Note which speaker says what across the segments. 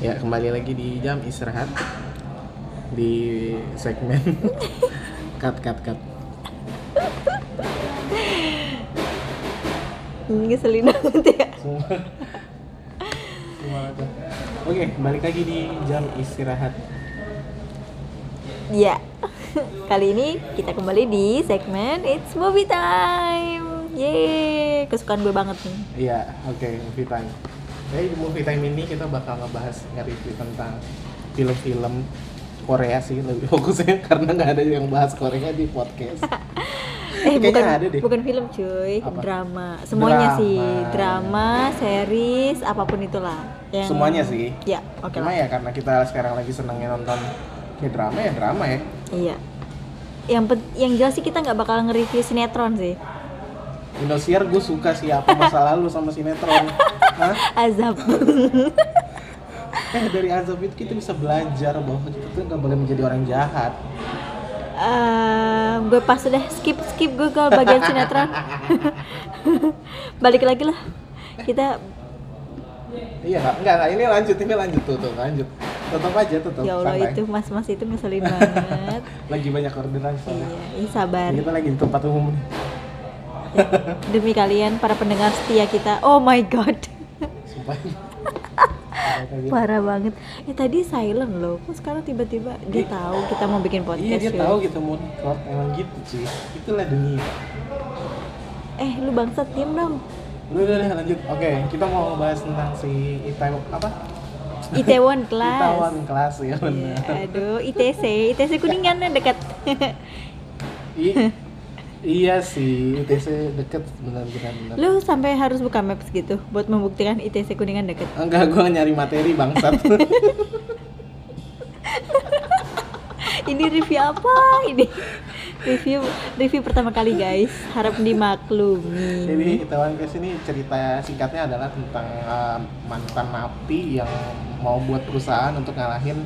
Speaker 1: Ya, kembali lagi di jam istirahat di segmen cut.
Speaker 2: Ngeselin banget ya.
Speaker 1: Semua ada. Oke, balik lagi di jam istirahat.
Speaker 2: Ya. Kali ini kita kembali di segmen It's Movie Time. Yeay, kesukaan gue banget nih.
Speaker 1: Iya, oke, movie time. Jadi di movie time ini kita bakal ngebahas nge-review tentang film-film Korea sih, lebih fokusnya karena nggak ada yang bahas Korea di podcast. Kayaknya ada deh.
Speaker 2: Bukan film cuy,
Speaker 1: Apa?
Speaker 2: drama. Semuanya
Speaker 1: Drama.
Speaker 2: sih, drama, series, apapun itulah.
Speaker 1: Semuanya sih.
Speaker 2: Ya, oke
Speaker 1: Cuma
Speaker 2: lah.
Speaker 1: ya karena kita sekarang lagi senangnya nonton drama ya.
Speaker 2: Iya. Yang jelas sih kita nggak bakal nge-review sinetron sih.
Speaker 1: Indosiar gue suka sih, apa masa lalu sama sinetron. Hah?
Speaker 2: Azab.
Speaker 1: Dari azab itu kita bisa belajar bahwa kita tuh nggak boleh menjadi orang jahat.
Speaker 2: Gue pas udah skip gue ke bagian sinetron. Balik lagi lah. Kita
Speaker 1: Iya enggak, ini lanjut tuh, lanjut. Tetap aja,
Speaker 2: ya Allah
Speaker 1: santai.
Speaker 2: itu mas itu ngeselin banget.
Speaker 1: Lagi banyak orderan soalnya.
Speaker 2: Iya, sabar.
Speaker 1: Kita lagi di tempat umum nih.
Speaker 2: Demi kalian para pendengar setia kita. Oh my god.
Speaker 1: Sumpah.
Speaker 2: Parah banget. Tadi silent loh. Kok sekarang tiba-tiba dia tahu kita mau bikin
Speaker 1: Iya,
Speaker 2: podcast.
Speaker 1: dia
Speaker 2: cuy.
Speaker 1: tahu kita mau record, emang gitu sih. Itulah dunia.
Speaker 2: Lu bangsat, diem dong.
Speaker 1: Udah lanjut. Oke, kita mau bahas tentang si Itaewon apa?
Speaker 2: Itaewon Class.
Speaker 1: Itaewon Class ya benar.
Speaker 2: Iya, aduh, ITC Kuningan dekat.
Speaker 1: Iya sih, ITC deket benar.
Speaker 2: Lu sampai harus buka maps gitu buat membuktikan ITC Kuningan deket.
Speaker 1: Enggak, gua nyari materi bangsat. Iya.
Speaker 2: Ini review apa ini? Review pertama kali guys, harap dimaklumi.
Speaker 1: Jadi Itaewon Class ini cerita singkatnya adalah tentang mantan napi yang mau buat perusahaan untuk ngalahin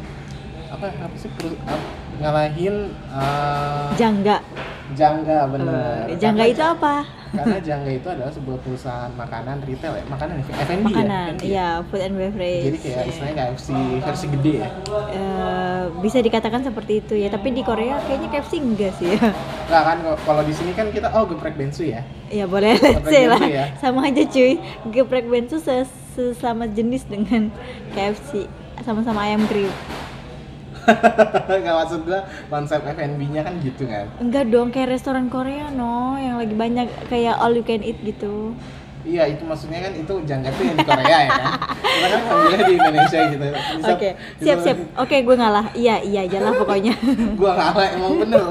Speaker 1: Jangga bener.
Speaker 2: Jangga itu apa?
Speaker 1: Karena Jangga itu adalah sebuah perusahaan makanan retail ya, makanan F&B
Speaker 2: Makanan,
Speaker 1: ya.
Speaker 2: iya, food and beverage.
Speaker 1: Jadi kayak istilahnya KFC versi gede ya.
Speaker 2: Bisa dikatakan seperti itu ya, tapi di Korea kayaknya KFC enggak sih ya.
Speaker 1: Nah kan kalau di sini kan kita geprek bensu ya.
Speaker 2: Ya boleh let's
Speaker 1: Geprek
Speaker 2: say lah.
Speaker 1: bensu ya.
Speaker 2: Sama aja cuy. Geprek bensu sesama jenis dengan KFC, sama-sama ayam kriuk.
Speaker 1: Nggak, maksud gua konsep F&B-nya kan gitu kan.
Speaker 2: Enggak dong, kayak restoran Korea yang lagi banyak kayak all you can eat gitu.
Speaker 1: Iya, itu maksudnya kan itu Jangga tuh yang di Korea ya kan. Kita kan ngambilnya di Indonesia gitu.
Speaker 2: Oke, siap. Oke, gue ngalah. Iya aja lah pokoknya.
Speaker 1: Gua ngalah, emang bener.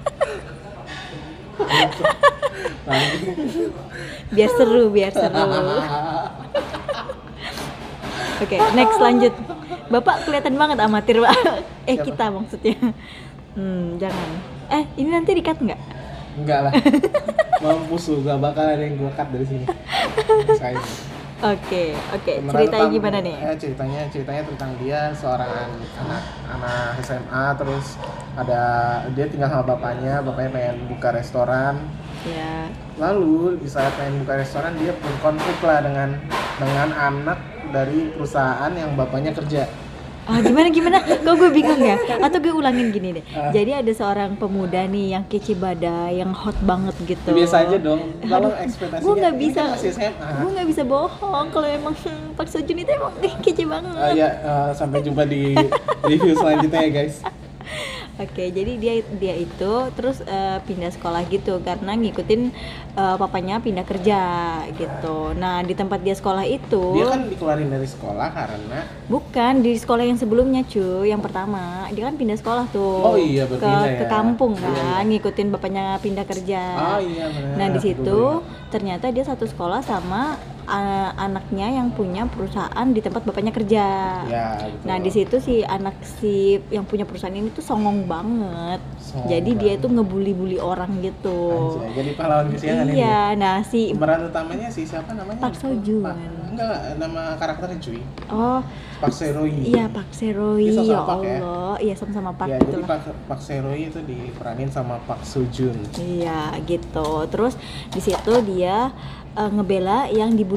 Speaker 2: Biar seru. Oke, next lanjut. Bapak kelihatan banget amatir, Pak.
Speaker 1: Siapa?
Speaker 2: Kita maksudnya. Jangan. Ini nanti di-cut nggak?
Speaker 1: Enggak lah. Mampus lu, gak bakal ada yang gua cut dari sini. Saya.
Speaker 2: Oke.
Speaker 1: Beneran
Speaker 2: Ceritanya
Speaker 1: tentang-
Speaker 2: gimana nih?
Speaker 1: Ceritanya tentang dia seorang anak SMA, terus dia tinggal sama bapaknya pengen buka restoran.
Speaker 2: Ya.
Speaker 1: Lalu di saat pengen buka restoran dia berkonflik lah dengan anak dari perusahaan yang bapaknya kerja.
Speaker 2: Gimana? Kok gue bingung ya? Atau gue ulangin gini deh. Jadi ada seorang pemuda nih yang kece badai, yang hot banget gitu.
Speaker 1: Biasa aja dong. Kalau ekspektasinya
Speaker 2: Gue nggak
Speaker 1: ini
Speaker 2: bisa.
Speaker 1: kan masih SMA.
Speaker 2: Gue nggak bisa bohong kalau emang Park Seo Joon itu emang kece banget.
Speaker 1: Sampai jumpa di review selanjutnya ya guys.
Speaker 2: Oke, jadi dia itu terus pindah sekolah gitu karena ngikutin papanya pindah kerja gitu. Nah, di tempat dia sekolah itu
Speaker 1: Dia kan dikeluarin dari sekolah karena
Speaker 2: bukan di sekolah yang sebelumnya cuy, yang pertama dia kan pindah sekolah tuh.
Speaker 1: Oh iya, berpindah
Speaker 2: ke
Speaker 1: ya.
Speaker 2: kampung
Speaker 1: Iya,
Speaker 2: kan,
Speaker 1: iya.
Speaker 2: ngikutin bapaknya pindah kerja.
Speaker 1: Oh iya benar.
Speaker 2: Nah, di situ ternyata dia satu sekolah sama anaknya yang punya perusahaan di tempat bapaknya kerja.
Speaker 1: Ya, betul.
Speaker 2: Nah, di situ si yang punya perusahaan ini tuh songong banget. Jadi dia
Speaker 1: banget.
Speaker 2: itu ngebully-bully orang gitu.
Speaker 1: Anjay, jadi pahlawan kesiangan ini.
Speaker 2: Iya, nah si
Speaker 1: Pemeran utamanya siapa namanya?
Speaker 2: Park Seo Joon.
Speaker 1: Enggak, nama karakternya cuy.
Speaker 2: Oh,
Speaker 1: Park Seo-roy.
Speaker 2: iya Park Seo-roy.
Speaker 1: Dia
Speaker 2: Ya
Speaker 1: sama Park ya?
Speaker 2: Allah, iya sama-sama Park
Speaker 1: Ya,
Speaker 2: gitu
Speaker 1: jadi
Speaker 2: lah.
Speaker 1: Park Seo-roy itu diperanin sama Park Seo Joon.
Speaker 2: Iya, gitu. Terus di situ dia ngebela yang dibully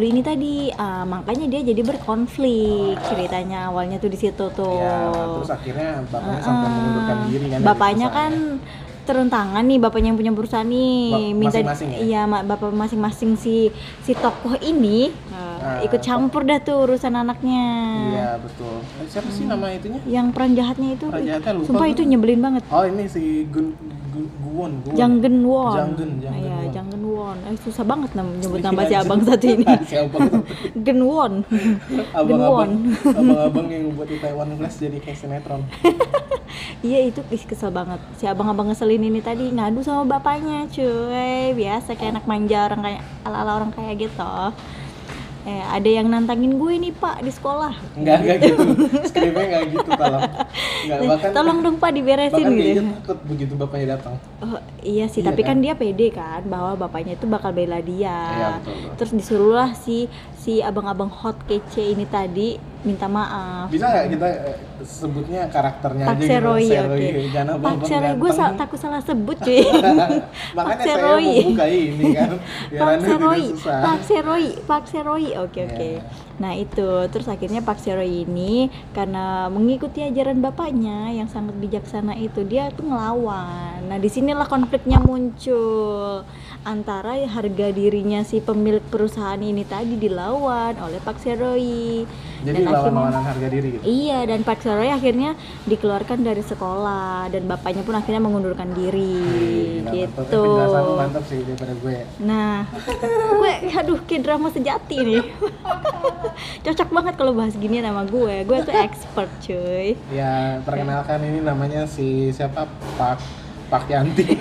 Speaker 2: dibully ini tadi. Makanya dia jadi berkonflik ceritanya awalnya tuh di situ tuh.
Speaker 1: Ya, terus akhirnya bapaknya sampai mengundurkan diri kan. dari
Speaker 2: Bapaknya
Speaker 1: perusahaan.
Speaker 2: kan turun tangan nih, bapaknya yang punya perusahaan nih minta
Speaker 1: Masing-masing ya?
Speaker 2: iya bapak masing-masing si tokoh ini ikut campur dah tuh urusan anaknya.
Speaker 1: Iya betul. Siapa sih nama itunya?
Speaker 2: Yang peran jahatnya itu,
Speaker 1: Peran jahatnya lupa
Speaker 2: sumpah
Speaker 1: gua.
Speaker 2: itu nyebelin banget.
Speaker 1: Oh ini si Guwon.
Speaker 2: Jang Geun Won.
Speaker 1: Iya,
Speaker 2: Jang Geun Won. Susah banget nyebut
Speaker 1: Iya,
Speaker 2: nama si
Speaker 1: iya.
Speaker 2: abang satu ini.
Speaker 1: Si abang satu.
Speaker 2: Geun Won. Geun Won.
Speaker 1: Abang-abang yang buat di Taiwan Class jadi kayak sinetron.
Speaker 2: Iya itu kesel banget. Si abang-abang ngeselin ini tadi ngadu sama bapaknya, cuy. Biasa kayak anak manja orang kayak ala-ala orang kayak gitu. Ada yang nantangin gue nih Pak di sekolah.
Speaker 1: Enggak gitu. Skripnya enggak gitu tolong. Enggak bahkan
Speaker 2: Tolong dong Pak diberesin
Speaker 1: bahkan
Speaker 2: gitu.
Speaker 1: dia takut begitu bapaknya datang.
Speaker 2: Oh, iya sih,
Speaker 1: Iya
Speaker 2: tapi kan
Speaker 1: kan?
Speaker 2: dia pede kan bahwa bapaknya itu bakal bela dia.
Speaker 1: Iya, betul.
Speaker 2: Terus disuruhlah si abang-abang hot kece ini tadi minta maaf.
Speaker 1: Bisa nggak kita sebutnya karakternya
Speaker 2: Pak
Speaker 1: aja
Speaker 2: Seroy,
Speaker 1: gitu?
Speaker 2: oke.
Speaker 1: Jangan
Speaker 2: Pak
Speaker 1: abang-abang
Speaker 2: Seroy, gue
Speaker 1: ganteng.
Speaker 2: takut salah sebut cuy.
Speaker 1: Makanya
Speaker 2: Pak
Speaker 1: saya
Speaker 2: Seroy.
Speaker 1: mau buka ini kan. Biar
Speaker 2: Pak
Speaker 1: Anda
Speaker 2: Seroy,
Speaker 1: tidak susah.
Speaker 2: Pak Seroy, oke.
Speaker 1: Iya.
Speaker 2: Nah itu, terus akhirnya Pak Seroy ini karena mengikuti ajaran bapaknya yang sangat bijaksana itu, dia tuh ngelawan. Nah disinilah konfliknya muncul antara harga dirinya si pemilik perusahaan ini tadi dilawan oleh Pak Seroy.
Speaker 1: Jadi
Speaker 2: Dan
Speaker 1: lawan-lawanan harga diri gitu.
Speaker 2: Iya, dan Pak Seroy akhirnya dikeluarkan dari sekolah dan bapaknya pun akhirnya mengundurkan diri.
Speaker 1: Gila,
Speaker 2: Gitu.
Speaker 1: mantap. Penjelasan lu mantap sih daripada gue.
Speaker 2: Nah, aduh kayak drama sejati nih. Cocok banget kalau bahas gini nama gue. Gue tuh expert, cuy.
Speaker 1: Ya, perkenalkan ini namanya si siapa? Pak Yanti.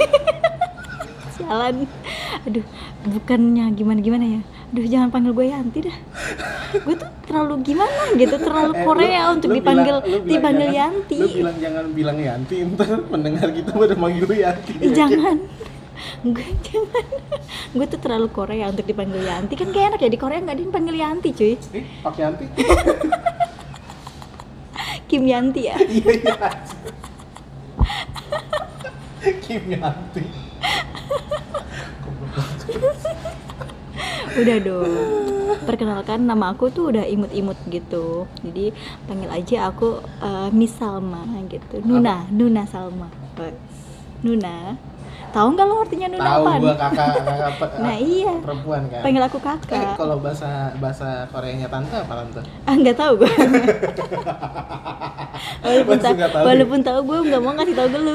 Speaker 2: Sialan. Aduh, bukannya gimana ya. Aduh, jangan panggil gue Yanti dah. Gue tuh terlalu gimana gitu, terlalu Korea untuk dipanggil Yanti.
Speaker 1: Lu bilang jangan bilang Yanti, ntar pendengar kita pada manggil lu Yanti.
Speaker 2: Jangan. Jangan. Gue tuh terlalu Korea untuk dipanggil Yanti. Kan kayak enak ya, di Korea nggak ada yang panggil Yanti, cuy.
Speaker 1: Pak Yanti.
Speaker 2: Kim Yanti ya.
Speaker 1: Iya. Kim Yanti.
Speaker 2: Udah dong. Perkenalkan, nama aku tuh udah imut-imut gitu. Jadi panggil aja aku Miss Salma gitu. Nuna Salma. Nuna. Tahu nggak lo artinya Nuna
Speaker 1: Tahu
Speaker 2: apaan?
Speaker 1: gua kakak
Speaker 2: Nah iya.
Speaker 1: perempuan kan.
Speaker 2: Panggil aku kakak.
Speaker 1: Kalau bahasa Koreanya tante apa tante?
Speaker 2: Nggak tahu gue.
Speaker 1: Masih nggak tahu.
Speaker 2: Walaupun tahu gue nggak mau ngasih tahu ke lu.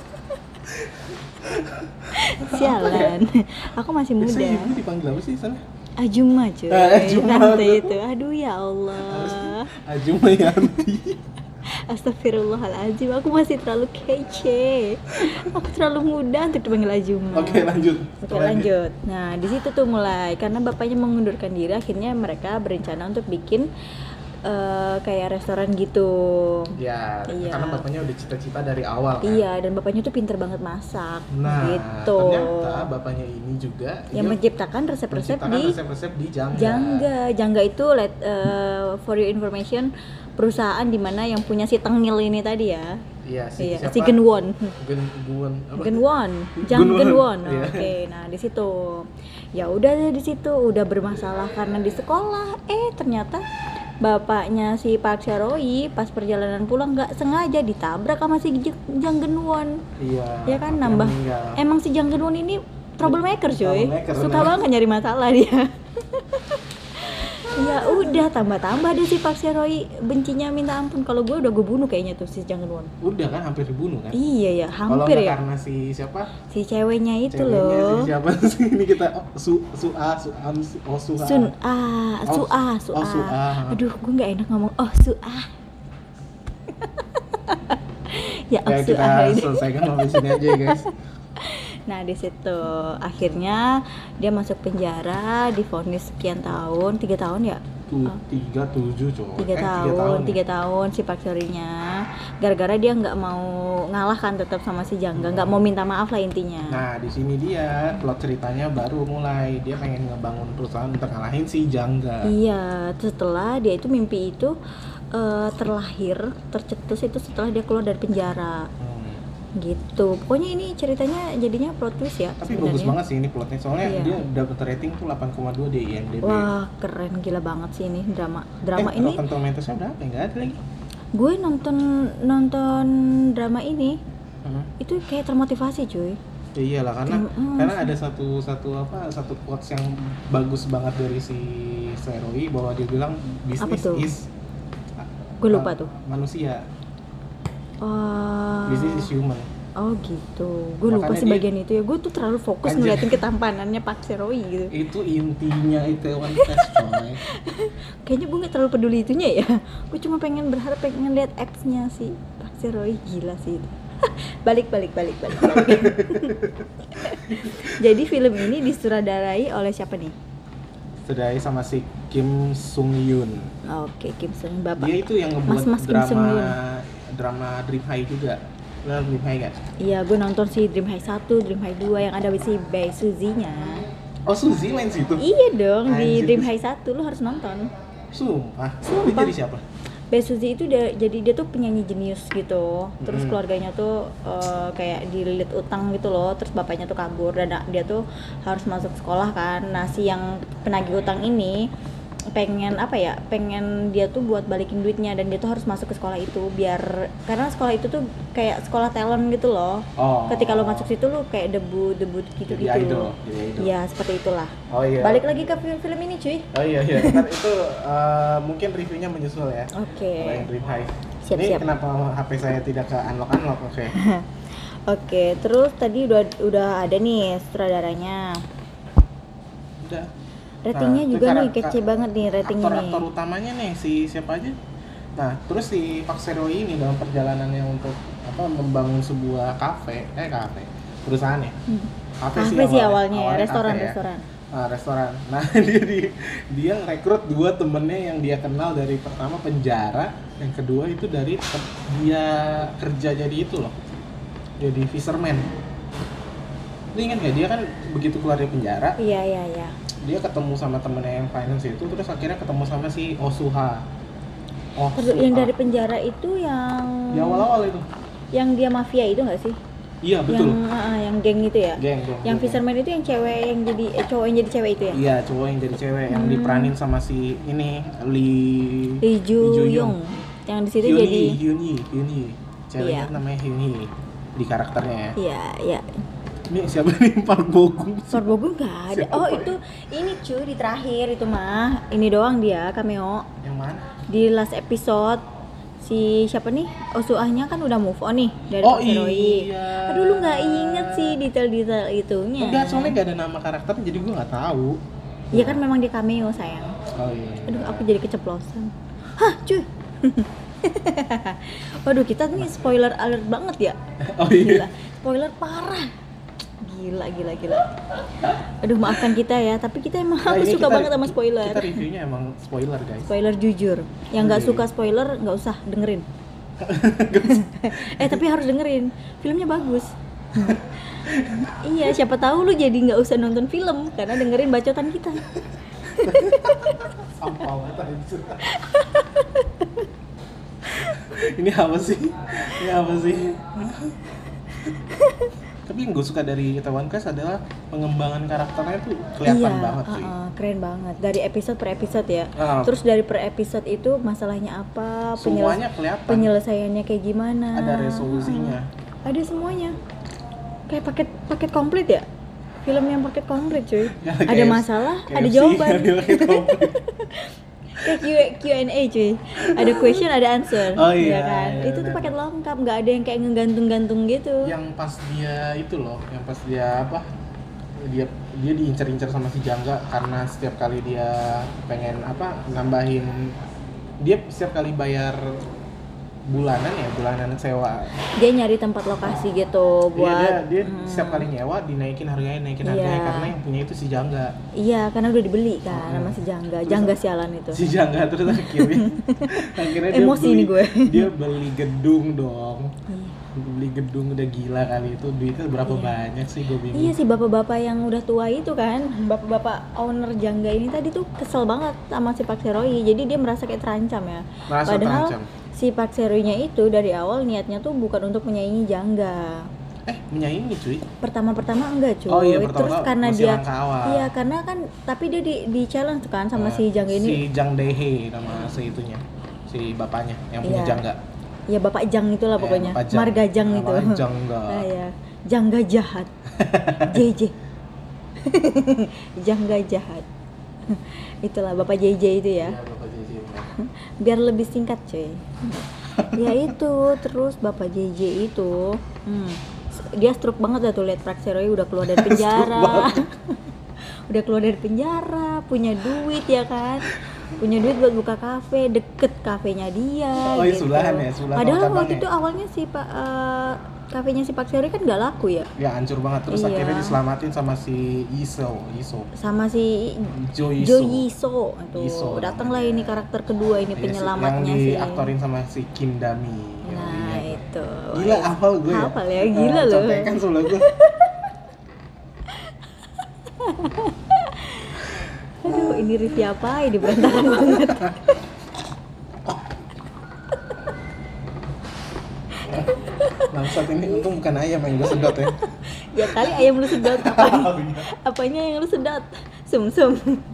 Speaker 2: Sialan. Aku masih muda.
Speaker 1: Biasanya ibu dipanggil apa sih sana?
Speaker 2: Ajuma cuy.
Speaker 1: Ajuma
Speaker 2: Tante
Speaker 1: tuh.
Speaker 2: itu. Aduh ya Allah.
Speaker 1: Ajuma Yanti.
Speaker 2: Astagfirullahaladzim, aku masih terlalu kece. Aku terlalu muda untuk dipanggil Ajuma.
Speaker 1: Oke, lanjut.
Speaker 2: Oke, lanjut. Nah, di situ tuh mulai karena bapaknya mengundurkan diri, akhirnya mereka berencana untuk bikin kayak restoran gitu.
Speaker 1: Ya,
Speaker 2: Iya.
Speaker 1: karena bapaknya udah cita-cita dari awal kan.
Speaker 2: Iya, dan bapaknya tuh pinter banget masak.
Speaker 1: Nah,
Speaker 2: gitu.
Speaker 1: ternyata bapaknya ini juga
Speaker 2: Yang
Speaker 1: dia
Speaker 2: menciptakan resep-resep
Speaker 1: menciptakan
Speaker 2: di
Speaker 1: resep-resep di Jangga.
Speaker 2: Jangga itu for your information, perusahaan dimana yang punya si Tengil ini tadi ya.
Speaker 1: Iya,
Speaker 2: Iya,
Speaker 1: siapa?
Speaker 2: si Genwon.
Speaker 1: Genwon apa?
Speaker 2: Genwon, Jang Genwon.
Speaker 1: Iya.
Speaker 2: Oke, nah di situ. Ya udah di situ udah bermasalah karena di sekolah. Ternyata bapaknya si Park Chae-roy pas perjalanan pulang nggak sengaja ditabrak sama si Jang Genwon.
Speaker 1: Iya.
Speaker 2: Ya kan
Speaker 1: makanya
Speaker 2: nambah.
Speaker 1: meninggal.
Speaker 2: Emang si Jang Genwon ini troublemaker cuy.
Speaker 1: Troublemaker,
Speaker 2: Suka
Speaker 1: bener.
Speaker 2: banget nyari masalah dia. Ya udah tambah-tambah deh si Park Chae-roy bencinya minta ampun. Kalau gue udah gue bunuh kayaknya tuh si Jang Genwon.
Speaker 1: Udah kan hampir dibunuh kan?
Speaker 2: Iya ya,
Speaker 1: Kalau
Speaker 2: hampir
Speaker 1: nggak
Speaker 2: ya.
Speaker 1: karena si siapa?
Speaker 2: Si ceweknya itu
Speaker 1: Ceweknya
Speaker 2: loh.
Speaker 1: si siapa sih ini kita Su'a. Su'a.
Speaker 2: Aduh, gue nggak enak ngomong Su'a. Ya
Speaker 1: Ya kita
Speaker 2: Su'a ini.
Speaker 1: selesaikan sampai sini aja ya guys.
Speaker 2: Nah di situ akhirnya dia masuk penjara, divonis sekian tahun, 3 tahun ya?
Speaker 1: 37 cowok.
Speaker 2: 3 tahun si Park Chae-roy-nya, gara-gara dia nggak mau ngalah kan tetap sama si Jangga, nggak mau minta maaf lah intinya.
Speaker 1: Nah, di sini dia plot ceritanya baru mulai. Dia pengen ngebangun perusahaan untuk ngalahin si Jangga.
Speaker 2: Iya, setelah dia itu mimpi itu terlahir, tercetus itu setelah dia keluar dari penjara. gitu. Pokoknya ini ceritanya jadinya plot twist ya.
Speaker 1: Tapi bagus banget sih ini plotnya, soalnya
Speaker 2: Iya.
Speaker 1: dia dapat rating tuh 8,2 di IMDb.
Speaker 2: Wah keren, gila banget sih ini drama ini.
Speaker 1: Rotten Tomatoes-nya berapa? Nggak ada lagi.
Speaker 2: Gue nonton drama ini itu kayak termotivasi cuy.
Speaker 1: Ya iyalah, karena ada satu quotes yang bagus banget dari si Seroi, bahwa dia bilang
Speaker 2: Apa
Speaker 1: business
Speaker 2: tuh?
Speaker 1: is
Speaker 2: Gue lupa tuh.
Speaker 1: manusia,
Speaker 2: Oh,
Speaker 1: business is human.
Speaker 2: oh gitu. Gue lupa
Speaker 1: Makanya
Speaker 2: sih
Speaker 1: dia-
Speaker 2: bagian itu ya. Gue tuh terlalu fokus
Speaker 1: Anjir.
Speaker 2: ngeliatin ketampanannya Pak Seroi gitu.
Speaker 1: Itu intinya Itaewon Class, coy.
Speaker 2: Kayaknya gue nggak terlalu peduli itunya ya. Gue cuma pengen lihat acts-nya si Pak Seroi, gila sih itu. balik. Jadi film ini disutradarai oleh siapa nih?
Speaker 1: Sedai sama si Kim Sung Yoon.
Speaker 2: Oke, Kim Sung Bapak.
Speaker 1: Dia itu yang ngebuat
Speaker 2: Mas Kim Sung Yoon.
Speaker 1: drama Dream High juga. Nah, Dream High kan?
Speaker 2: Iya, gue nonton si Dream High 1, Dream High 2 yang ada si Bae Suzy-nya.
Speaker 1: Oh, Suzy main situ?
Speaker 2: Iya dong, di
Speaker 1: Anjir.
Speaker 2: Dream High 1 lu harus nonton.
Speaker 1: Sumpah.
Speaker 2: Sumpah.
Speaker 1: Dia jadi siapa?
Speaker 2: Bae Suzy itu jadi dia tuh penyanyi jenius gitu. Terus keluarganya tuh kayak dililit utang gitu loh. Terus bapaknya tuh kabur dan dia tuh harus masuk sekolah kan. Nah, si yang penagih utang ini pengen dia tuh buat balikin duitnya, dan dia tuh harus masuk ke sekolah itu karena sekolah itu tuh kayak sekolah talent gitu loh.
Speaker 1: Oh.
Speaker 2: Ketika lo masuk situ lo kayak debut gitu.
Speaker 1: Jadi idol.
Speaker 2: Ya seperti itulah.
Speaker 1: Oh iya.
Speaker 2: Balik lagi ke film ini cuy.
Speaker 1: Oh iya. Ntar itu mungkin reviewnya menyusul ya.
Speaker 2: Oke.
Speaker 1: Kalau yang Dream High.
Speaker 2: Siap.
Speaker 1: Ini kenapa HP saya tidak ke unlock? Oke.
Speaker 2: Oke, terus tadi udah ada nih sutradaranya.
Speaker 1: Udah.
Speaker 2: Ratingnya
Speaker 1: itu
Speaker 2: juga nih kece banget nih ratingnya nih.
Speaker 1: Aktor utamanya nih si siapa aja? Nah, terus si Park Seo ini dalam perjalanannya untuk membangun sebuah perusahaan ya.
Speaker 2: Kafe sih awalnya ya,
Speaker 1: kafe
Speaker 2: restoran.
Speaker 1: Restoran. Nah, dia ngerekrut 2 temennya yang dia kenal dari pertama penjara, yang kedua itu dari dia kerja jadi itu loh. Jadi fisherman. Lu ingat gak, dia kan begitu keluar dari penjara,
Speaker 2: Iya.
Speaker 1: dia ketemu sama temennya yang finance itu, terus akhirnya ketemu sama si Osuha.
Speaker 2: Yang dari penjara itu yang
Speaker 1: di awal-awal itu.
Speaker 2: Yang dia mafia itu nggak sih?
Speaker 1: Iya betul.
Speaker 2: Yang geng itu ya?
Speaker 1: Geng.
Speaker 2: Yang fisherman itu yang cewek yang jadi cowok yang jadi cewek itu ya?
Speaker 1: Iya, cowok yang jadi cewek yang diperanin sama si ini
Speaker 2: Lee Ju Young. Yang di situ jadi
Speaker 1: Hyun-yi. Ceweknya
Speaker 2: Iya.
Speaker 1: namanya Hyun-yi di karakternya.
Speaker 2: Iya.
Speaker 1: Ini siapa nih? Park Bo-gum.
Speaker 2: Park Bo-gum nggak ada.
Speaker 1: Siapa
Speaker 2: Oh
Speaker 1: ya?
Speaker 2: itu ini cuy di terakhir itu mah. Ini doang dia cameo.
Speaker 1: Yang mana?
Speaker 2: Di last episode si siapa nih? Osuahnya kan udah move on nih dari
Speaker 1: Oh,
Speaker 2: Park Seo-hee.
Speaker 1: iya.
Speaker 2: Aduh lu nggak inget sih detail-detail itunya.
Speaker 1: Enggak, soalnya gak ada nama karakternya jadi gue nggak tahu.
Speaker 2: Iya kan memang dia cameo sayang.
Speaker 1: Oh iya.
Speaker 2: Aduh aku jadi keceplosan. Hah cuy. Waduh kita nih spoiler alert banget ya.
Speaker 1: Oh
Speaker 2: Gila,
Speaker 1: iya.
Speaker 2: spoiler parah. Gila. Aduh maafkan kita ya, tapi kita emang
Speaker 1: Nah,
Speaker 2: aku
Speaker 1: ini
Speaker 2: suka
Speaker 1: kita-
Speaker 2: banget sama spoiler.
Speaker 1: Kita reviewnya emang spoiler, guys.
Speaker 2: Spoiler jujur. Yang nggak
Speaker 1: Iya.
Speaker 2: suka spoiler nggak usah dengerin. Tapi harus dengerin. Filmnya bagus. Iya, siapa tahu lu jadi nggak usah nonton film karena dengerin bacotan kita.
Speaker 1: Sampah banget anjir. Ini apa sih? Tapi yang gue suka dari Itaewon Class adalah pengembangan karakternya tuh kelihatan banget sih.
Speaker 2: Keren banget. Dari episode per episode ya.
Speaker 1: Ah.
Speaker 2: Terus dari per episode itu masalahnya apa,
Speaker 1: Semuanya kelihatan.
Speaker 2: penyelesaiannya kayak gimana.
Speaker 1: Ada resolusinya.
Speaker 2: Ada semuanya. Kayak paket komplit ya. Film yang paket komplit cuy.
Speaker 1: Ya,
Speaker 2: Ada
Speaker 1: KFC,
Speaker 2: masalah, ada
Speaker 1: KFC,
Speaker 2: jawaban.
Speaker 1: ada paket komplit.
Speaker 2: Kayak Q&A cuy. Ada question, ada answer.
Speaker 1: Oh iya,
Speaker 2: ya kan?
Speaker 1: iya,
Speaker 2: Itu tuh
Speaker 1: benar.
Speaker 2: paket lengkap, nggak ada yang kayak ngegantung-gantung gitu.
Speaker 1: Yang pas dia itu loh, yang pas dia apa? Dia diincar-incar sama si Jangga karena setiap kali dia pengen nambahin, dia setiap kali bayar bulanan sewa.
Speaker 2: Dia nyari tempat lokasi gitu buat
Speaker 1: Dia setiap kali nyewa dinaikin harganya
Speaker 2: Iya.
Speaker 1: karena yang punya itu si Jangga.
Speaker 2: Iya, karena udah dibeli kan sama si Jangga.
Speaker 1: Terus-
Speaker 2: Jangga sialan itu.
Speaker 1: Si Jangga terus akhirnya dia
Speaker 2: Emosi
Speaker 1: beli,
Speaker 2: nih gue.
Speaker 1: Dia beli gedung dong.
Speaker 2: Iya.
Speaker 1: Beli gedung udah gila kali itu, duitnya berapa banyak sih, gue bingung.
Speaker 2: Iya sih bapak-bapak yang udah tua itu kan, bapak-bapak owner Jangga ini tadi tuh kesel banget sama si Pak Seroi. Jadi dia merasa kayak terancam ya.
Speaker 1: Merasa
Speaker 2: Padahal
Speaker 1: terancam.
Speaker 2: si Park Sero-nya itu dari awal niatnya tuh bukan untuk menyaingi Jangga.
Speaker 1: Menyaingi cuy.
Speaker 2: Pertama enggak cuy.
Speaker 1: Oh iya,
Speaker 2: Terus
Speaker 1: pertama
Speaker 2: karena
Speaker 1: masih
Speaker 2: dia
Speaker 1: langkah awal.
Speaker 2: iya karena kan tapi dia di challenge kan sama si Jangga ini.
Speaker 1: Si Jang Daehae nama si itunya. Si bapaknya yang punya
Speaker 2: Iya.
Speaker 1: Jangga.
Speaker 2: Ya Bapak Jang itulah pokoknya.
Speaker 1: Bapak Jang.
Speaker 2: Marga Jang itu.
Speaker 1: Namanya Jangga.
Speaker 2: Nah, ya. Jangga jahat. JJ. Jangga jahat. Itulah Bapak JJ itu ya.
Speaker 1: Iya, Bapak JJ.
Speaker 2: Biar lebih singkat cuy. Ya itu terus Bapak JJ itu dia stroke banget dah tuh lihat Park Sero-nya udah keluar dari penjara. Udah keluar dari penjara, punya duit ya kan. Punya duit buat buka kafe, deket kafenya dia.
Speaker 1: Oh iya,
Speaker 2: gitu.
Speaker 1: sebelahan ya, sebelahan
Speaker 2: Padahal
Speaker 1: cabangnya.
Speaker 2: waktu itu awalnya si Pak kafenya si Park Sero kan nggak laku ya.
Speaker 1: Ya hancur banget, terus
Speaker 2: Iya.
Speaker 1: akhirnya diselamatin sama si Iso.
Speaker 2: Sama si
Speaker 1: Jo
Speaker 2: Jo
Speaker 1: Iso.
Speaker 2: Yiso
Speaker 1: Iso
Speaker 2: tuh datanglah ini karakter kedua ini
Speaker 1: Iya,
Speaker 2: penyelamatnya
Speaker 1: yang
Speaker 2: sih.
Speaker 1: diaktorin sama si Kim Dami.
Speaker 2: Nah
Speaker 1: Iya.
Speaker 2: itu.
Speaker 1: Gila, hafal gue ya.
Speaker 2: Hafal ya, gila loh.
Speaker 1: Contekan sebelah gue.
Speaker 2: Aduh, ini review apa? Ini berantakan banget.
Speaker 1: Bangsat ini untung bukan ayam yang gue sedot ya.
Speaker 2: Ya kali ayam lu sedot apanya yang lu sedot? Sum-sum.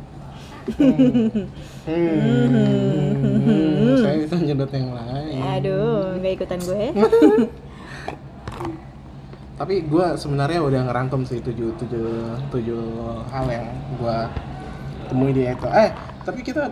Speaker 1: Saya itu nyedot yang lain.
Speaker 2: Aduh, nggak ikutan gue.
Speaker 1: Tapi gue sebenarnya udah ngerangkum sih tujuh hal yang gue temui di itu. Tapi kita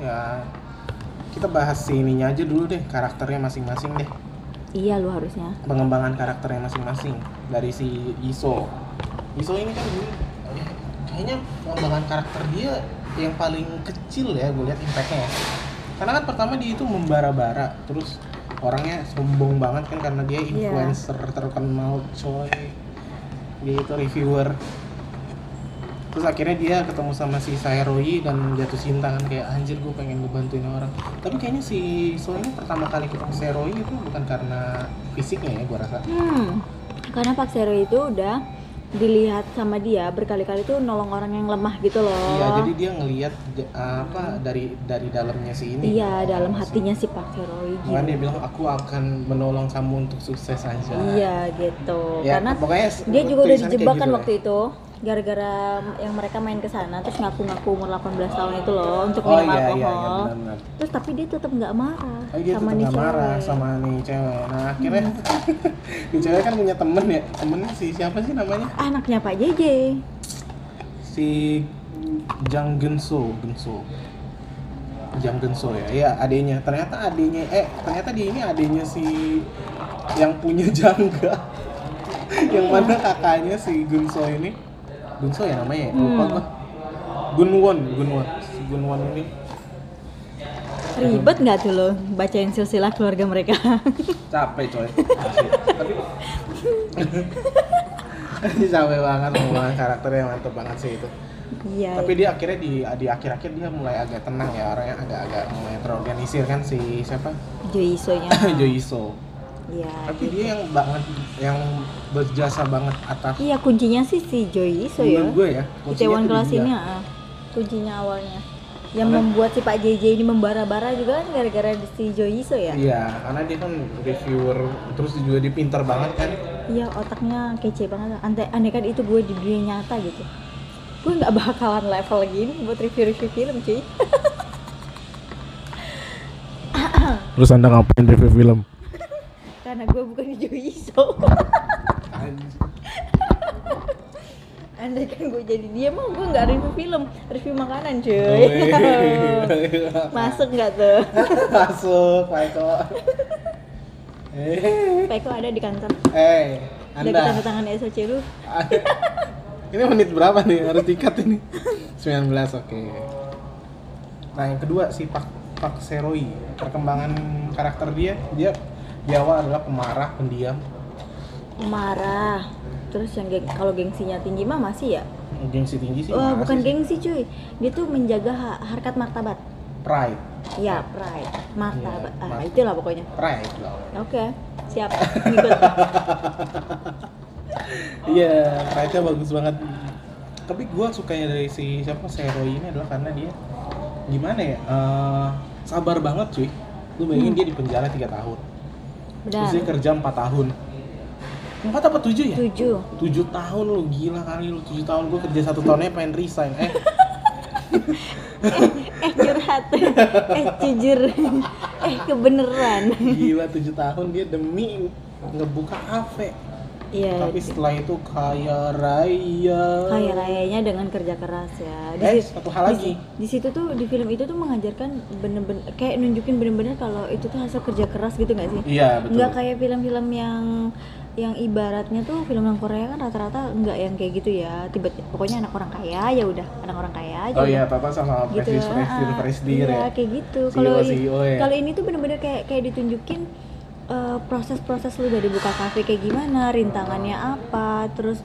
Speaker 1: bahas si ininya aja dulu deh, karakternya masing-masing deh.
Speaker 2: Iya lu harusnya.
Speaker 1: Pengembangan karakternya masing-masing dari si Iso ini kan kayaknya pengembangan karakter dia yang paling kecil ya gue lihat impactnya ya. Karena kan pertama dia itu membara-bara, terus orangnya sombong banget kan karena dia influencer terkenal coy, dia itu reviewer. Terus akhirnya dia ketemu sama si Saeroi dan jatuh cinta kan, kayak anjir gue pengen ngebantuin orang. Tapi kayaknya si So ini pertama kali ketemu Saeroi itu bukan karena fisiknya ya gue rasa.
Speaker 2: Karena Park Sero itu udah dilihat sama dia berkali-kali tuh nolong orang yang lemah gitu loh.
Speaker 1: Iya, jadi dia ngelihat dari dalamnya si ini.
Speaker 2: Iya, dalam hatinya si Park Sero gitu.
Speaker 1: Makanya dia bilang aku akan menolong kamu untuk sukses aja.
Speaker 2: Iya gitu.
Speaker 1: Ya,
Speaker 2: Karena
Speaker 1: pokoknya
Speaker 2: dia juga udah
Speaker 1: tulisannya
Speaker 2: dijebak
Speaker 1: kayak
Speaker 2: kan
Speaker 1: gitu
Speaker 2: waktu itu. Gara-gara yang mereka main ke sana terus ngaku-ngaku umur 18 tahun itu loh untuk
Speaker 1: Oh
Speaker 2: minum
Speaker 1: iya,
Speaker 2: alkohol.
Speaker 1: benar.
Speaker 2: Terus tapi dia tetap nggak marah
Speaker 1: Dia
Speaker 2: sama
Speaker 1: tetap
Speaker 2: nih
Speaker 1: nggak marah
Speaker 2: cewek.
Speaker 1: sama nih cewek. Nah akhirnya nih cewek kan punya temen ya, temennya si siapa sih namanya?
Speaker 2: Anaknya Pak JJ.
Speaker 1: Si Jang Genso. Jang Genso ya, iya adenya. Ternyata dia ini adenya si yang punya Jangga. Yang mana kakaknya si Gunso ini. Gunso ya namanya, lupa gua. Gunwon. Si Gunwon ini
Speaker 2: Ribet nggak tuh lo bacain silsilah keluarga mereka?
Speaker 1: capek coy. Ini capek banget pembangunan karakternya, mantep banget sih itu.
Speaker 2: Iya.
Speaker 1: Tapi dia akhirnya di akhir-akhir dia mulai agak tenang ya, orangnya agak mulai terorganisir kan si siapa?
Speaker 2: Jo Iso-nya.
Speaker 1: Jo Iso.
Speaker 2: Iya.
Speaker 1: Tapi dia yang berjasa banget atas
Speaker 2: Iya kuncinya sih si Jo Iso ya.
Speaker 1: menurut gue ya.
Speaker 2: Di Itaewon
Speaker 1: tuh
Speaker 2: Class
Speaker 1: dia.
Speaker 2: ini kuncinya awalnya. Yang membuat si Pak JJ ini membara-bara juga kan gara-gara si Jo Iso ya.
Speaker 1: Iya, karena dia kan reviewer, terus juga dia pintar banget kan.
Speaker 2: Iya otaknya kece banget. Andai kan itu gue di dunia nyata gitu, gue nggak bakalan level gini buat review film cuy.
Speaker 1: Terus Anda ngapain review film?
Speaker 2: Karena gue bukan di Jo Iso. Andai kan gue jadi dia mah gue nggak review film, review makanan cuy. Masuk nggak tuh?
Speaker 1: Masuk, Pak Eko.
Speaker 2: Pak Eko ada di kantor. Udah
Speaker 1: Anda.
Speaker 2: tanda tangan SOC lu.
Speaker 1: Ini menit berapa nih? Harus dikat ini. 19, oke. Nah, yang kedua si Park Sero-i. Perkembangan karakter dia di awal adalah pemarah, pendiam.
Speaker 2: Marah. Terus yang kalau gengsinya tinggi mah masih ya?
Speaker 1: Gengsi tinggi sih.
Speaker 2: Oh,
Speaker 1: masih
Speaker 2: bukan
Speaker 1: sih.
Speaker 2: gengsi cuy. Dia tuh menjaga harkat martabat.
Speaker 1: Pride.
Speaker 2: Ya, pride. Martabat.
Speaker 1: Iya,
Speaker 2: Itulah pokoknya.
Speaker 1: Pride loh.
Speaker 2: Oke, siap. Ngikut.
Speaker 1: Iya, pride-nya bagus banget. Tapi gue sukanya dari si siapa Sero ini adalah karena dia gimana ya? Sabar banget cuy. Lu bayangin dia di penjara 3 tahun. Terus
Speaker 2: Benar.
Speaker 1: dia kerja 4 tahun. 4 apa 7 ya?
Speaker 2: 7.
Speaker 1: 7 tahun lu, gila kali lu 7 tahun. Gue kerja 1 tahunnya pengen resign.
Speaker 2: Curhat. Jujur. Kebeneran.
Speaker 1: Gila 7 tahun dia demi ngebuka kafe.
Speaker 2: Iya.
Speaker 1: Tapi setelah itu kaya raya.
Speaker 2: Kaya rayanya dengan kerja keras ya.
Speaker 1: Satu hal lagi.
Speaker 2: Di situ tuh, di film itu tuh mengajarkan bener-bener kayak nunjukin bener-bener kalau itu tuh hasil kerja keras gitu nggak sih?
Speaker 1: Iya betul.
Speaker 2: Nggak kayak film-film yang ibaratnya tuh film yang Korea kan rata-rata nggak yang kayak gitu ya. Tiba-tiba pokoknya anak orang kaya ya udah, anak orang kaya aja.
Speaker 1: Oh
Speaker 2: udah.
Speaker 1: iya, Tata sama
Speaker 2: Gitu.
Speaker 1: presiden
Speaker 2: Iya,
Speaker 1: ya.
Speaker 2: kayak gitu.
Speaker 1: CEO ya.
Speaker 2: Kalau ini tuh bener-bener kayak ditunjukin proses-proses lu dari buka kafe kayak gimana, rintangannya apa, terus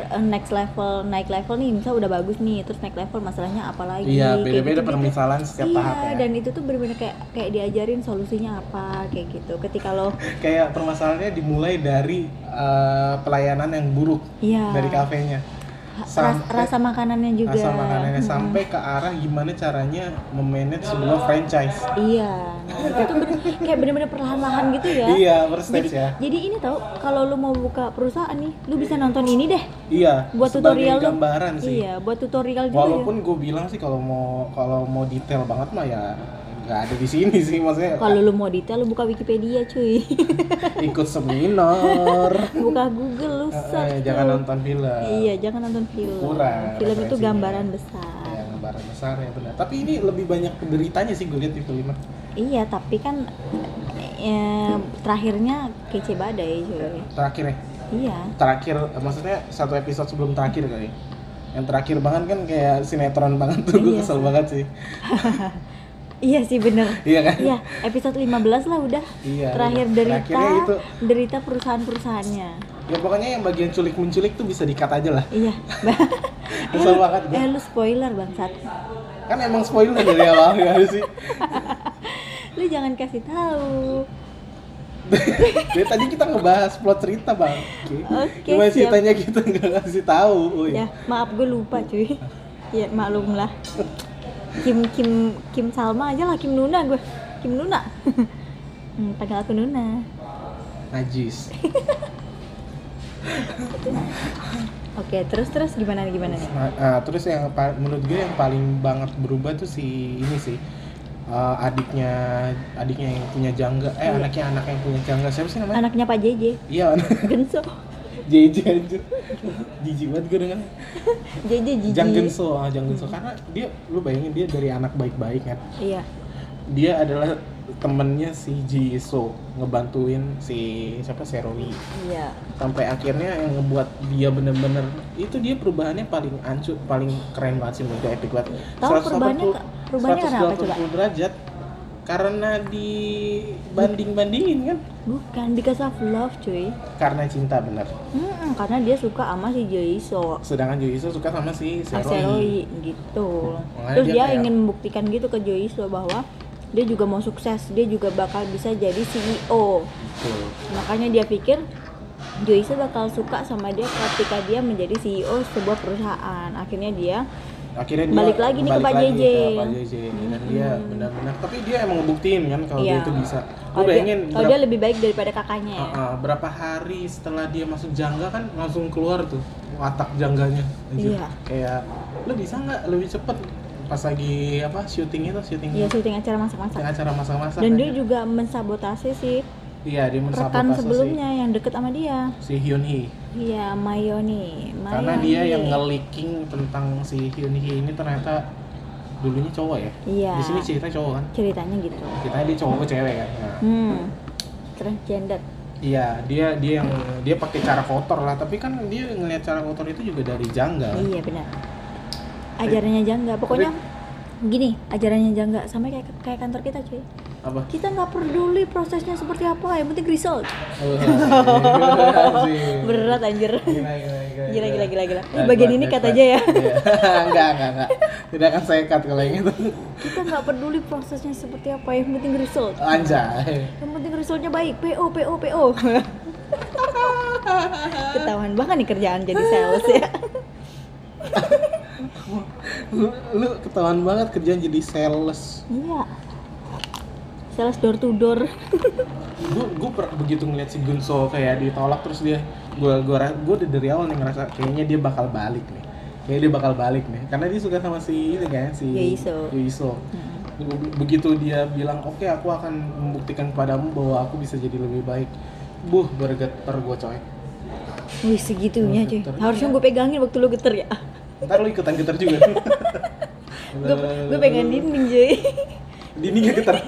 Speaker 2: naik level nih, misal udah bagus nih, terus naik level masalahnya apa lagi.
Speaker 1: Iya,
Speaker 2: kayak
Speaker 1: beda-beda
Speaker 2: gitu-gitu.
Speaker 1: permisalan setiap
Speaker 2: Iya,
Speaker 1: tahap ya.
Speaker 2: dan itu tuh bener-bener kayak diajarin solusinya apa kayak gitu. Ketika lo
Speaker 1: Kayak permasalahannya dimulai dari pelayanan yang buruk
Speaker 2: iya,
Speaker 1: dari kafenya.
Speaker 2: rasa makanannya juga.
Speaker 1: Rasa makanannya sampai ke arah gimana caranya memanage sebuah franchise.
Speaker 2: Iya, nah itu tuh kayak bener-bener perlahan-lahan gitu ya.
Speaker 1: Iya, per stage ya.
Speaker 2: Jadi ini tau, kalau lu mau buka perusahaan nih, lu bisa nonton ini deh.
Speaker 1: Iya,
Speaker 2: Buat
Speaker 1: sebagai
Speaker 2: tutorial lu.
Speaker 1: gambaran sih.
Speaker 2: Iya, buat tutorial juga.
Speaker 1: Walaupun gue bilang sih kalau mau detail banget mah ya nggak ada di sini sih, maksudnya.
Speaker 2: Kalau lu mau detail, lu buka Wikipedia cuy.
Speaker 1: Ikut seminar.
Speaker 2: Buka Google, lu search.
Speaker 1: Jangan
Speaker 2: tuh.
Speaker 1: nonton film.
Speaker 2: Iya, jangan nonton film.
Speaker 1: Kurang
Speaker 2: Film itu
Speaker 1: referensinya.
Speaker 2: gambaran besar.
Speaker 1: Ya, gambaran besar ya benar. Tapi ini lebih banyak penderitanya sih gue lihat di film.
Speaker 2: Iya, tapi kan terakhirnya kece badai cuy.
Speaker 1: Terakhir ya.
Speaker 2: Iya.
Speaker 1: Terakhir maksudnya satu episode sebelum terakhir kali. Yang terakhir banget kan kayak sinetron banget tuh, gue
Speaker 2: Iya.
Speaker 1: kesel banget sih.
Speaker 2: Iya sih bener.
Speaker 1: Iya kan?
Speaker 2: Iya, episode 15 lah udah.
Speaker 1: Iya.
Speaker 2: Terakhir
Speaker 1: Terakhirnya itu
Speaker 2: derita perusahaan-perusahaannya.
Speaker 1: ya pokoknya yang bagian culik-menculik tuh bisa di-cut aja lah.
Speaker 2: Iya.
Speaker 1: Kesel banget gue.
Speaker 2: Lu spoiler bangsat.
Speaker 1: Kan emang spoiler dari awal ya sih.
Speaker 2: Lu jangan kasih tahu.
Speaker 1: Dari tadi kita ngebahas plot cerita bang.
Speaker 2: Oke,
Speaker 1: Gimana
Speaker 2: siap.
Speaker 1: ceritanya kita nggak kasih tahu. Uy.
Speaker 2: Ya, maaf gue lupa cuy. Ya maklum lah. Kim Salma aja lah, Kim Nuna gue. Kim Nuna. Panggil aku Nuna.
Speaker 1: Najis.
Speaker 2: Oke, terus gimana nih?
Speaker 1: Nah, terus yang menurut gue yang paling banget berubah tuh si ini sih. Adiknya yang punya jangga.
Speaker 2: Iya.
Speaker 1: Anak yang punya jangga. Siapa sih namanya?
Speaker 2: Anaknya Pak JJ.
Speaker 1: Iya,
Speaker 2: Genso.
Speaker 1: JJ aja. Jijik banget gue dengan
Speaker 2: JJ Jiji.
Speaker 1: Jang Genso. Karena dia, lu bayangin dia dari anak baik-baik kan.
Speaker 2: Iya.
Speaker 1: Dia adalah temennya si Ji So, ngebantuin si siapa Serowi.
Speaker 2: Iya.
Speaker 1: Sampai akhirnya yang ngebuat dia bener-bener itu dia perubahannya paling paling keren banget sih menurut gue, epic banget.
Speaker 2: Tahu perubahannya kenapa coba?
Speaker 1: 180 derajat karena dibanding-bandingin kan,
Speaker 2: Bukan because of love cuy.
Speaker 1: karena cinta bener.
Speaker 2: Karena dia suka sama si Jaeso.
Speaker 1: Sedangkan Jo So suka sama si Serowi.
Speaker 2: Serowi gitu.
Speaker 1: Makanya
Speaker 2: Terus
Speaker 1: dia
Speaker 2: dia
Speaker 1: kayak-
Speaker 2: ingin membuktikan gitu ke Jaeso bahwa dia juga mau sukses, dia juga bakal bisa jadi CEO.
Speaker 1: Tuh.
Speaker 2: Makanya dia pikir Joyce bakal suka sama dia ketika dia menjadi CEO sebuah perusahaan. Akhirnya dia balik lagi nih ke Pak JJ.
Speaker 1: Dan dia benar-benar, tapi dia emang ngebuktiin kan kalau
Speaker 2: Iya.
Speaker 1: dia itu bisa. Lu
Speaker 2: Kalau dia,
Speaker 1: bayangin
Speaker 2: kalau dia lebih baik daripada kakaknya ya.
Speaker 1: berapa hari setelah dia masuk jangga kan langsung keluar tuh watak jangganya. Anjir.
Speaker 2: Iya.
Speaker 1: Kayak lu bisa nggak lebih cepet pas lagi syuting
Speaker 2: Iya, syuting acara masak-masak.
Speaker 1: yang acara masak-masak.
Speaker 2: Dan
Speaker 1: kan.
Speaker 2: dia juga mensabotase sih
Speaker 1: Iya, dia
Speaker 2: rekan
Speaker 1: mensabotase
Speaker 2: sebelumnya yang deket sama dia.
Speaker 1: si Hyun Hee.
Speaker 2: Iya, Mayoni.
Speaker 1: Karena dia yang nge-leaking tentang si Hyun Hee ini ternyata dulunya cowok ya.
Speaker 2: Iya.
Speaker 1: Di sini ceritanya cowok kan.
Speaker 2: Ceritanya gitu.
Speaker 1: Ceritanya dia cowok ke cewek kan. Nah.
Speaker 2: Transgender.
Speaker 1: Iya, dia pakai cara kotor lah, tapi kan dia ngelihat cara kotor itu juga dari jangga.
Speaker 2: Iya, benar. Ajarannya Jangga. Pokoknya gini, ajarannya Jangga sama kayak kantor kita, cuy.
Speaker 1: Apa?
Speaker 2: Kita nggak peduli prosesnya seperti apa, yang penting result.
Speaker 1: Anjir.
Speaker 2: Berat anjir.
Speaker 1: Gila.
Speaker 2: Gila. Bagian ini cut aja ya.
Speaker 1: Enggak. Tidak akan saya cut kalau yang itu.
Speaker 2: Kita nggak peduli prosesnya seperti apa, yang penting result.
Speaker 1: Anjay.
Speaker 2: Yang penting resultnya baik. PO. Ketahuan banget nih kerjaan jadi sales ya.
Speaker 1: Lu ketahuan banget kerjaan jadi sales.
Speaker 2: Iya. sales door to door.
Speaker 1: Gue begitu ngeliat si Gunso kayak ditolak terus dia gue udah dari awal nih ngerasa kayaknya dia bakal balik nih karena dia suka sama si itu kan si Yoiso. Begitu dia bilang oke, aku akan membuktikan kepadamu bahwa aku bisa jadi lebih baik, bergetar gue coy.
Speaker 2: Wih segitunya cuy, harusnya gue pegangin waktu lu geter ya.
Speaker 1: Ntar lu ikutan getar juga.
Speaker 2: Gue pegang dinding cuy.
Speaker 1: Dindingnya getar.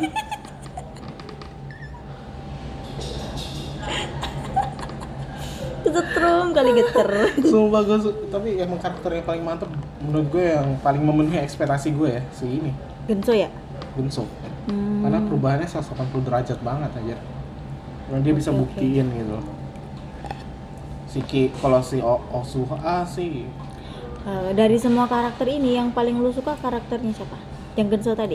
Speaker 2: Kesetrum kali geter.
Speaker 1: Sumpah tapi emang karakter yang paling mantep menurut gue, yang paling memenuhi ekspektasi gue ya, si ini
Speaker 2: Genso ya?
Speaker 1: Gunso. Karena perubahannya 180 derajat banget aja. Yang dia bisa buktiin gitu. Kalau si Osuha sih
Speaker 2: dari semua karakter ini yang paling lu suka karakternya siapa? Yang Genso tadi?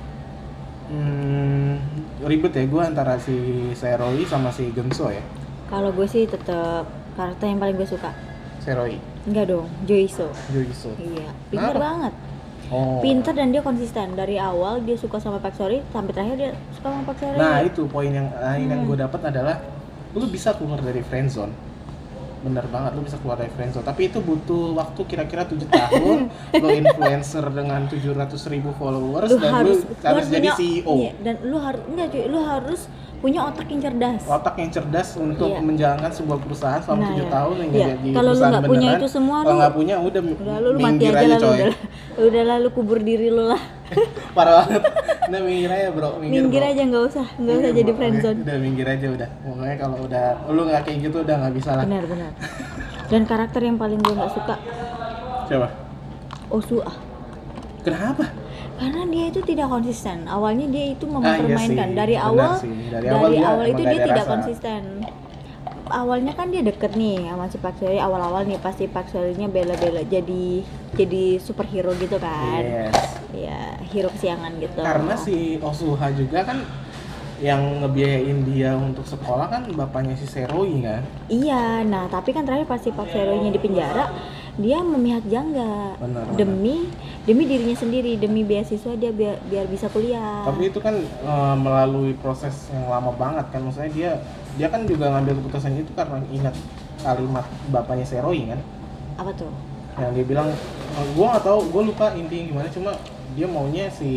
Speaker 1: Ribet ya gue antara si Seroi sama si Genso ya.
Speaker 2: Kalau gue sih tetap karakter yang paling gue suka
Speaker 1: Seroi.
Speaker 2: Enggak dong, Joiso. Iya, pintar banget. Pintar dan dia konsisten dari awal dia suka sama Pak Sori sampai terakhir dia suka sama Pak Sori.
Speaker 1: Nah itu poin yang lain yang gue dapat adalah lu bisa keluar dari friendzone. Bener banget, lu bisa keluar dari friendzone, tapi itu butuh waktu kira-kira 7 tahun. Lu influencer dengan 700.000 followers
Speaker 2: lu
Speaker 1: dan lu harus jadi
Speaker 2: punya,
Speaker 1: CEO.
Speaker 2: Iya, dan lu harus punya otak yang cerdas
Speaker 1: Untuk menjalankan sebuah perusahaan selama 7 tahun yang jadi
Speaker 2: kalau lu
Speaker 1: perusahaan
Speaker 2: nggak punya
Speaker 1: beneran.
Speaker 2: itu semua,
Speaker 1: kalau nggak punya udah
Speaker 2: lu mati aja lah, udah lalu kubur diri lu lah.
Speaker 1: Parah banget. Udah minggir aja bro,
Speaker 2: minggir
Speaker 1: bro.
Speaker 2: Aja nggak usah jadi friendzone.
Speaker 1: Udah minggir aja udah. Pokoknya kalau udah lu nggak kayak gitu udah nggak bisa lah.
Speaker 2: Benar. Dan karakter yang paling gue nggak suka
Speaker 1: siapa?
Speaker 2: Osuha.
Speaker 1: Kenapa?
Speaker 2: Karena dia itu tidak konsisten. Awalnya dia itu
Speaker 1: Iya
Speaker 2: mempermainkan
Speaker 1: sih.
Speaker 2: dari awal itu dia tidak
Speaker 1: rasa.
Speaker 2: konsisten. Awalnya kan dia deket nih sama si Pak Sori, awal-awal nih pasti Pak Sori-nya bela-bela jadi superhero gitu kan.
Speaker 1: Yes.
Speaker 2: Ya, hero kesiangan gitu.
Speaker 1: Karena si Osuha juga kan yang ngebiayain dia untuk sekolah kan bapaknya si Seroi kan.
Speaker 2: Iya, nah tapi kan terakhir pas si Pak Sori-nya di penjara, dia memihak Jangga.
Speaker 1: Benar.
Speaker 2: Demi dirinya sendiri, demi beasiswa dia biar bisa kuliah.
Speaker 1: Tapi itu kan melalui proses yang lama banget kan, maksudnya dia kan juga ngambil keputusan itu karena ingat kalimat bapaknya Seroi kan.
Speaker 2: Apa tuh?
Speaker 1: Yang dia bilang, gue nggak tahu, gue lupa intinya gimana, cuma dia maunya si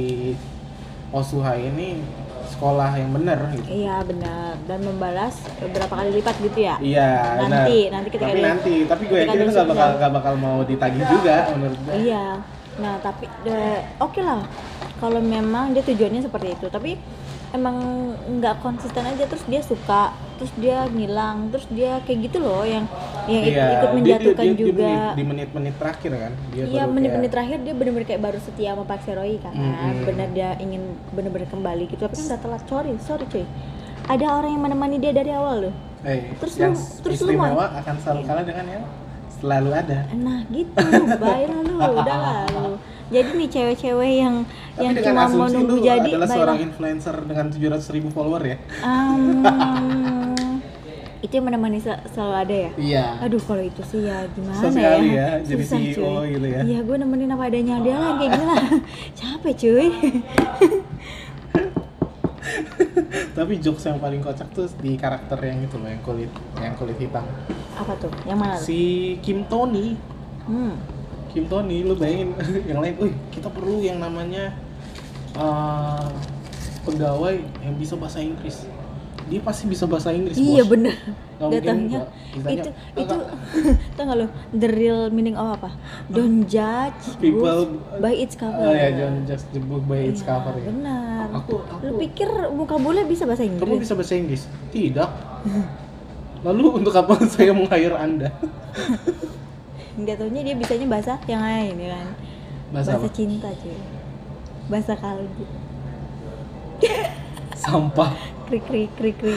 Speaker 1: Osuha ini sekolah yang benar gitu.
Speaker 2: Iya benar, dan membalas berapa kali lipat gitu ya.
Speaker 1: Iya.
Speaker 2: Nanti ketika
Speaker 1: tapi gue yakin itu nggak bakal mau ditagih juga menurut gue.
Speaker 2: Iya. Nah tapi oke lah kalau memang dia tujuannya seperti itu, tapi emang nggak konsisten aja, terus dia suka, terus dia ngilang, terus dia kayak gitu loh yang ikut menjatuhkan juga.
Speaker 1: Di menit-menit terakhir kan.
Speaker 2: Iya, menit-menit terakhir dia benar-benar kayak baru setia sama Pak Seroi kan. Benar dia ingin benar-benar kembali gitu, tapi kan udah telat. Sorry cuy. Ada orang yang menemani dia dari awal loh.
Speaker 1: Terus yang istimewa akan selalu kalah dengan yang selalu ada.
Speaker 2: Nah gitu, baiklah lu, udah lalu. Jadi nih cewek-cewek yang cuma mau nunggu jadi,
Speaker 1: adalah seorang influencer dengan 700.000 follower ya.
Speaker 2: Itu yang menemani selalu ada ya?
Speaker 1: Iya.
Speaker 2: Aduh kalau itu sih ya gimana
Speaker 1: sekali
Speaker 2: ya?
Speaker 1: Jadi
Speaker 2: susah,
Speaker 1: CEO
Speaker 2: cuy.
Speaker 1: gitu ya.
Speaker 2: Iya, gue nemenin apa adanya dia lah kayak gini lah. Capek cuy.
Speaker 1: Tapi jokes yang paling kocak tuh di karakter yang itu loh, yang kulit hitam.
Speaker 2: Apa tuh? Yang mana?
Speaker 1: Si Kim Tony. Kim Tony, lu bayangin yang lain, kita perlu yang namanya pegawai yang bisa bahasa Inggris. Dia pasti bisa bahasa Inggris,
Speaker 2: iya,
Speaker 1: bos.
Speaker 2: bener.
Speaker 1: Gak
Speaker 2: Datangnya itu tau gak lo, the real meaning of apa? Don't judge
Speaker 1: people
Speaker 2: by its cover.
Speaker 1: Oh ya, don't judge the book by its cover ya.
Speaker 2: Benar.
Speaker 1: Aku
Speaker 2: Lu pikir muka bule bisa bahasa Inggris?
Speaker 1: Kamu bisa bahasa Inggris? Tidak. Lalu untuk apa saya meng-hire Anda?
Speaker 2: Nggak taunya dia bisanya bahasa yang lain ya kan. Bahasa cinta cuy. Bahasa kalbu.
Speaker 1: Sampah.
Speaker 2: Krik krik krik krik.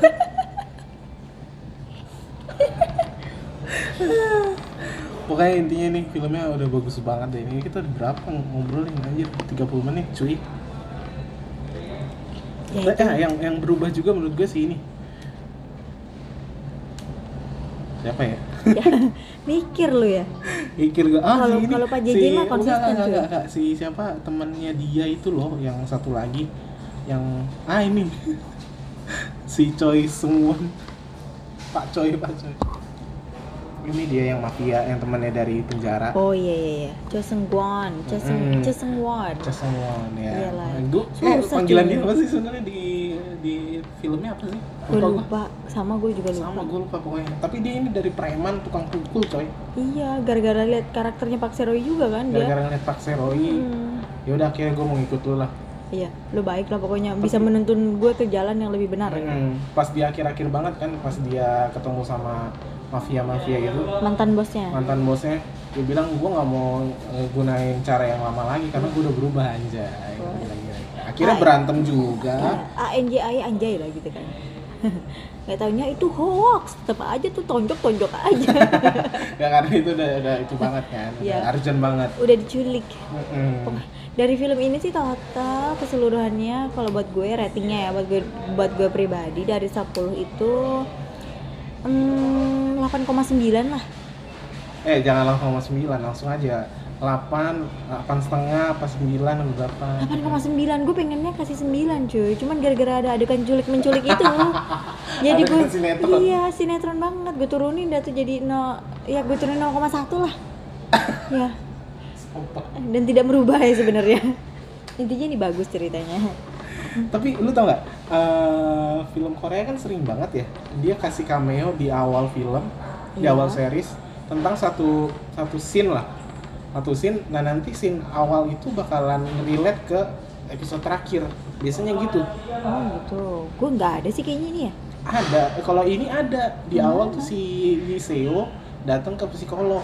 Speaker 1: Pokoknya intinya nih filmnya udah bagus banget deh. Ini kita udah berapa ngobrolin anjir? 30 menit cuy. Yang berubah juga menurut gue sih ini. Siapa ya?
Speaker 2: Ya, mikir lu ya.
Speaker 1: Mikir gue.
Speaker 2: Kalau Pak JJ mah konsisten cuy.
Speaker 1: Enggak. Si siapa temannya dia itu loh, yang satu lagi Yang ini si Choi Seung-won, Pak Choi. Ini dia yang mafia, yang temannya dari penjara.
Speaker 2: Oh iya. Cho Seung-won, Cho Seung-won.
Speaker 1: Ya.
Speaker 2: Iyalah. Susah,
Speaker 1: Panggilan
Speaker 2: cuy.
Speaker 1: dia apa sih sebenarnya di filmnya apa sih?
Speaker 2: Gue lupa, sama gue juga lupa.
Speaker 1: Sama gue lupa pokoknya. Tapi dia ini dari preman tukang pukul coy.
Speaker 2: Iya, gara-gara lihat karakternya Pak Seroy juga kan dia.
Speaker 1: Gara-gara ngeliat Pak Seroy. Ya udah akhirnya gue mau ngikut lu lah.
Speaker 2: Iya, lo baik lah pokoknya, bisa menuntun gue ke jalan yang lebih benar.
Speaker 1: Pas di akhir-akhir banget kan, pas dia ketemu sama mafia gitu,
Speaker 2: Mantan bosnya.
Speaker 1: dia bilang gue nggak mau gunain cara yang lama lagi karena gue udah berubah anjay. Gila. Akhirnya berantem juga.
Speaker 2: Anjay lah gitu kan. Nggak taunya itu hoax, tetap aja tuh tonjok aja.
Speaker 1: Ya karena itu udah itu banget kan,
Speaker 2: Iya.
Speaker 1: udah urgent banget.
Speaker 2: Udah diculik. Dari film ini sih total keseluruhannya kalau buat gue ratingnya ya, buat gue pribadi dari 10 itu 8,9 lah.
Speaker 1: Jangan langsung 9, langsung aja 8 setengah apa 9 atau berapa.
Speaker 2: 8,9, gue pengennya kasih 9 cuy, cuman gara-gara ada adegan menculik itu jadi gue
Speaker 1: sinetron.
Speaker 2: Iya sinetron banget, gue turunin dah tuh jadi gue turunin 0,1 lah. Ya, dan tidak merubah ya sebenarnya. Intinya ini bagus ceritanya.
Speaker 1: Tapi lu tau nggak, film Korea kan sering banget ya dia kasih cameo di awal film, di
Speaker 2: Iya.
Speaker 1: awal series tentang satu scene lah, nah nanti scene awal itu bakalan relate ke episode terakhir, biasanya gitu.
Speaker 2: Oh gitu, gue nggak ada sih kayaknya ini ya.
Speaker 1: Ada, kalau ini ada di awal tuh si Lee Seo datang ke psikolog.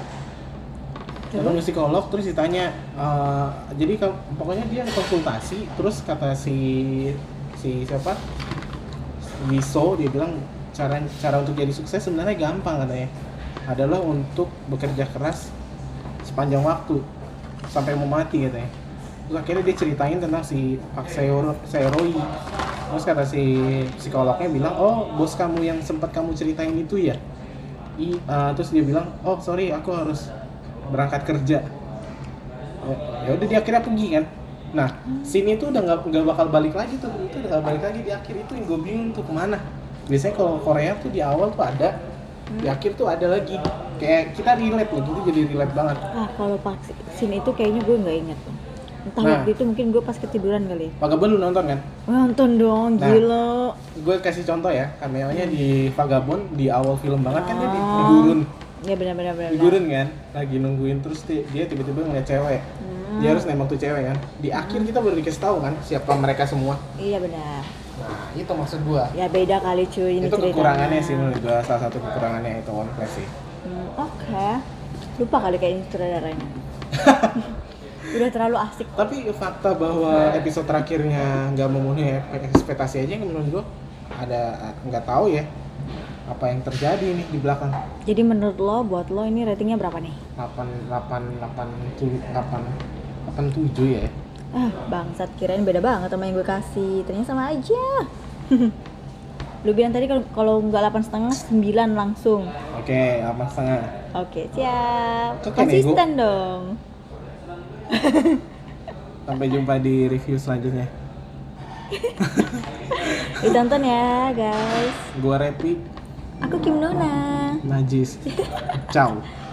Speaker 1: Terus ditanya, jadi pokoknya dia konsultasi, terus kata si siapa, Wiso, dia bilang cara untuk jadi sukses sebenarnya gampang katanya, adalah untuk bekerja keras sepanjang waktu sampai mau mati katanya. Terus akhirnya dia ceritain tentang si Pak Seroy. Terus kata si psikolognya bilang, oh bos kamu yang sempat kamu ceritain itu ya? Terus dia bilang, oh sorry aku harus berangkat kerja. Ya udah dia akhirnya pergi kan. Nah scene itu udah nggak bakal balik lagi tuh, itu udah nggak balik lagi di akhir. Itu yang gue bingung tuh kemana. Biasanya kalau Korea tuh di awal tuh ada, di akhir tuh ada lagi. Kayak kita relate loh, gitu jadi relate banget.
Speaker 2: Kalau scene itu kayaknya gue nggak inget tuh. Entah waktu itu mungkin gue pas ketiduran kali.
Speaker 1: Vagabond lu nonton kan?
Speaker 2: Nonton dong, gila.
Speaker 1: Gue kasih contoh ya, cameo-nya di Vagabond di awal film banget kan dia di gurun.
Speaker 2: Iya benar.
Speaker 1: Di gurun kan, lagi nungguin terus dia tiba-tiba ngeliat cewek. Dia harus nembak tuh cewek kan. Di akhir kita baru dikasih tahu kan siapa mereka semua.
Speaker 2: Iya benar.
Speaker 1: Nah, itu maksud gua.
Speaker 2: Ya beda kali cuy ini
Speaker 1: Itu
Speaker 2: ceritanya.
Speaker 1: kekurangannya sih menurut gua, salah satu kekurangannya itu One Piece sih.
Speaker 2: Oke. Lupa kali kayaknya sutradaranya. Udah terlalu asik.
Speaker 1: Tapi fakta bahwa episode terakhirnya nggak memenuhi ekspektasi aja menurut gua ada nggak tahu ya apa yang terjadi nih di belakang.
Speaker 2: Jadi menurut lo, buat lo ini ratingnya berapa nih?
Speaker 1: 8,7 ya.
Speaker 2: Bangsat, kirain beda banget sama yang gue kasih. Ternyata sama aja. Lu bilang tadi kalau nggak 8,5, 9 langsung.
Speaker 1: Oke, 8,5.
Speaker 2: Oke, siap.
Speaker 1: Itu kayak
Speaker 2: Konsisten dong.
Speaker 1: Sampai jumpa di review selanjutnya.
Speaker 2: Ditonton ya, guys.
Speaker 1: Gua Repi,
Speaker 2: Aku Kim Nuna.
Speaker 1: Najis. Ciao.